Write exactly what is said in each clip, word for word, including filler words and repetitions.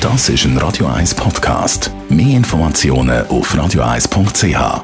Das ist ein Radio eins Podcast. Mehr Informationen auf radio eins punkt c h.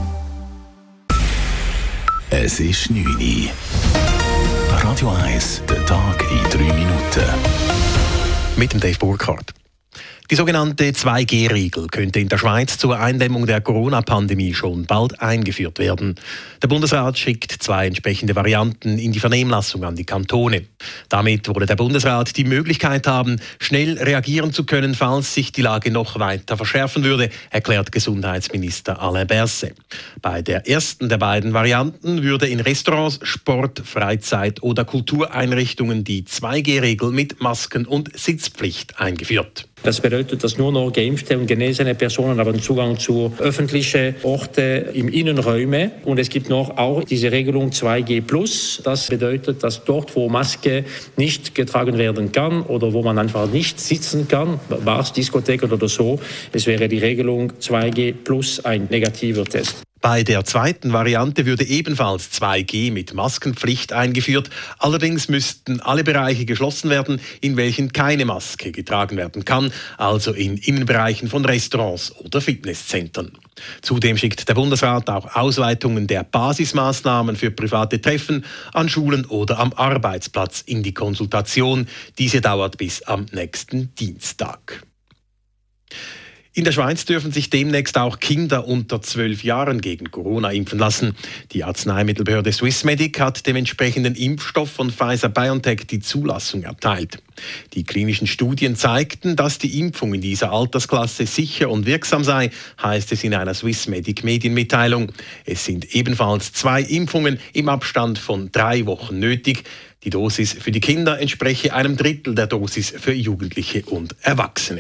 Es ist neun Uhr. Radio eins, der Tag in drei Minuten. Mit dem Dave Burkhardt. Die sogenannte zwei G Regel könnte in der Schweiz zur Eindämmung der Corona-Pandemie schon bald eingeführt werden. Der Bundesrat schickt zwei entsprechende Varianten in die Vernehmlassung an die Kantone. Damit wolle der Bundesrat die Möglichkeit haben, schnell reagieren zu können, falls sich die Lage noch weiter verschärfen würde, erklärt Gesundheitsminister Alain Berset. Bei der ersten der beiden Varianten würde in Restaurants, Sport-, Freizeit- oder Kultureinrichtungen die zwei G Regel mit Masken- und Sitzpflicht eingeführt. Das bedeutet, dass nur noch geimpfte und genesene Personen haben Zugang zu öffentlichen Orten im Innenräumen. Und es gibt noch auch diese Regelung zwei G plus. Das bedeutet, dass dort, wo Maske nicht getragen werden kann oder wo man einfach nicht sitzen kann, Bars, Diskotheken oder so, es wäre die Regelung zwei G plus ein negativer Test. Bei der zweiten Variante würde ebenfalls zwei G mit Maskenpflicht eingeführt. Allerdings müssten alle Bereiche geschlossen werden, in welchen keine Maske getragen werden kann, also in Innenbereichen von Restaurants oder Fitnesszentren. Zudem schickt der Bundesrat auch Ausweitungen der Basismaßnahmen für private Treffen an Schulen oder am Arbeitsplatz in die Konsultation. Diese dauert bis am nächsten Dienstag. In der Schweiz dürfen sich demnächst auch Kinder unter zwölf Jahren gegen Corona impfen lassen. Die Arzneimittelbehörde Swissmedic hat dem entsprechenden Impfstoff von Pfizer-BioNTech die Zulassung erteilt. Die klinischen Studien zeigten, dass die Impfung in dieser Altersklasse sicher und wirksam sei, heißt es in einer Swissmedic-Medienmitteilung. Es sind ebenfalls zwei Impfungen im Abstand von drei Wochen nötig. Die Dosis für die Kinder entspreche einem Drittel der Dosis für Jugendliche und Erwachsene.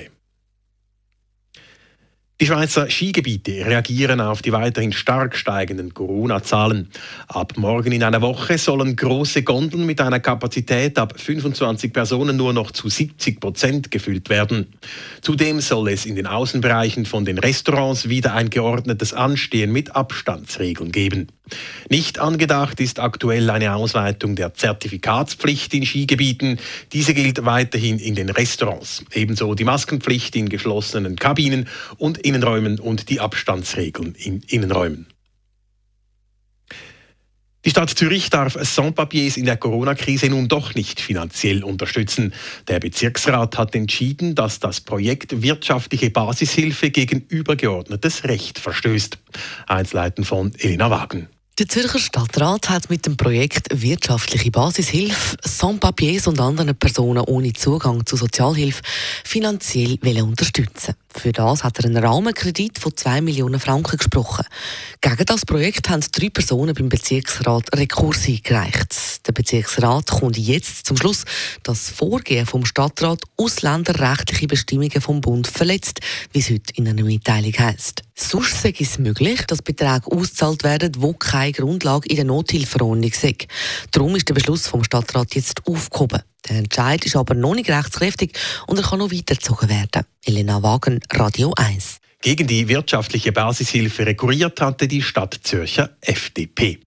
Die Schweizer Skigebiete reagieren auf die weiterhin stark steigenden Corona-Zahlen. Ab morgen in einer Woche sollen große Gondeln mit einer Kapazität ab fünfundzwanzig Personen nur noch zu siebzig Prozent gefüllt werden. Zudem soll es in den Außenbereichen von den Restaurants wieder ein geordnetes Anstehen mit Abstandsregeln geben. Nicht angedacht ist aktuell eine Ausweitung der Zertifikatspflicht in Skigebieten. Diese gilt weiterhin in den Restaurants. Ebenso die Maskenpflicht in geschlossenen Kabinen und Innenräumen und die Abstandsregeln in Innenräumen. Die Stadt Zürich darf Sans-Papiers in der Corona-Krise nun doch nicht finanziell unterstützen. Der Bezirksrat hat entschieden, dass das Projekt wirtschaftliche Basishilfe gegen übergeordnetes Recht verstößt. Einzelheiten von Elena Wagen. Der Zürcher Stadtrat hat mit dem Projekt Wirtschaftliche Basishilfe Sans-Papiers und anderen Personen ohne Zugang zu Sozialhilfe finanziell unterstützen. Für das hat er einen Rahmenkredit von zwei Millionen Franken gesprochen. Gegen das Projekt haben drei Personen beim Bezirksrat Rekurs eingereicht. Der Bezirksrat kommt jetzt zum Schluss, dass das Vorgehen vom Stadtrat ausländerrechtliche Bestimmungen vom Bund verletzt, wie es heute in einer Mitteilung heisst. Sonst sei es möglich, dass Beträge ausgezahlt werden, wo keine Grundlage in der Nothilferordnung sind. Darum ist der Beschluss vom Stadtrat jetzt aufgehoben. Der Entscheid ist aber noch nicht rechtskräftig und er kann noch weitergezogen werden. Elena Wagen, Radio eins. Gegen die wirtschaftliche Basishilfe rekurriert hatte die Stadt Zürcher F D P.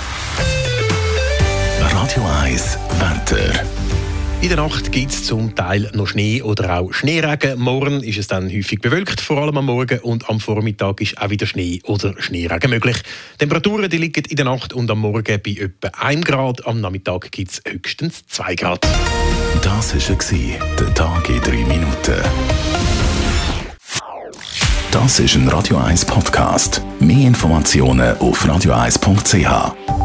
Radio eins Wetter. In der Nacht gibt es zum Teil noch Schnee oder auch Schneeregen. Morgen ist es dann häufig bewölkt, vor allem am Morgen, und am Vormittag ist auch wieder Schnee oder Schneeregen möglich. Temperaturen die liegen in der Nacht und am Morgen bei etwa ein Grad, am Nachmittag gibt es höchstens zwei Grad. Das war der Tag in drei Minuten. Das ist ein Radio eins Podcast. Mehr Informationen auf radio eins punkt c h.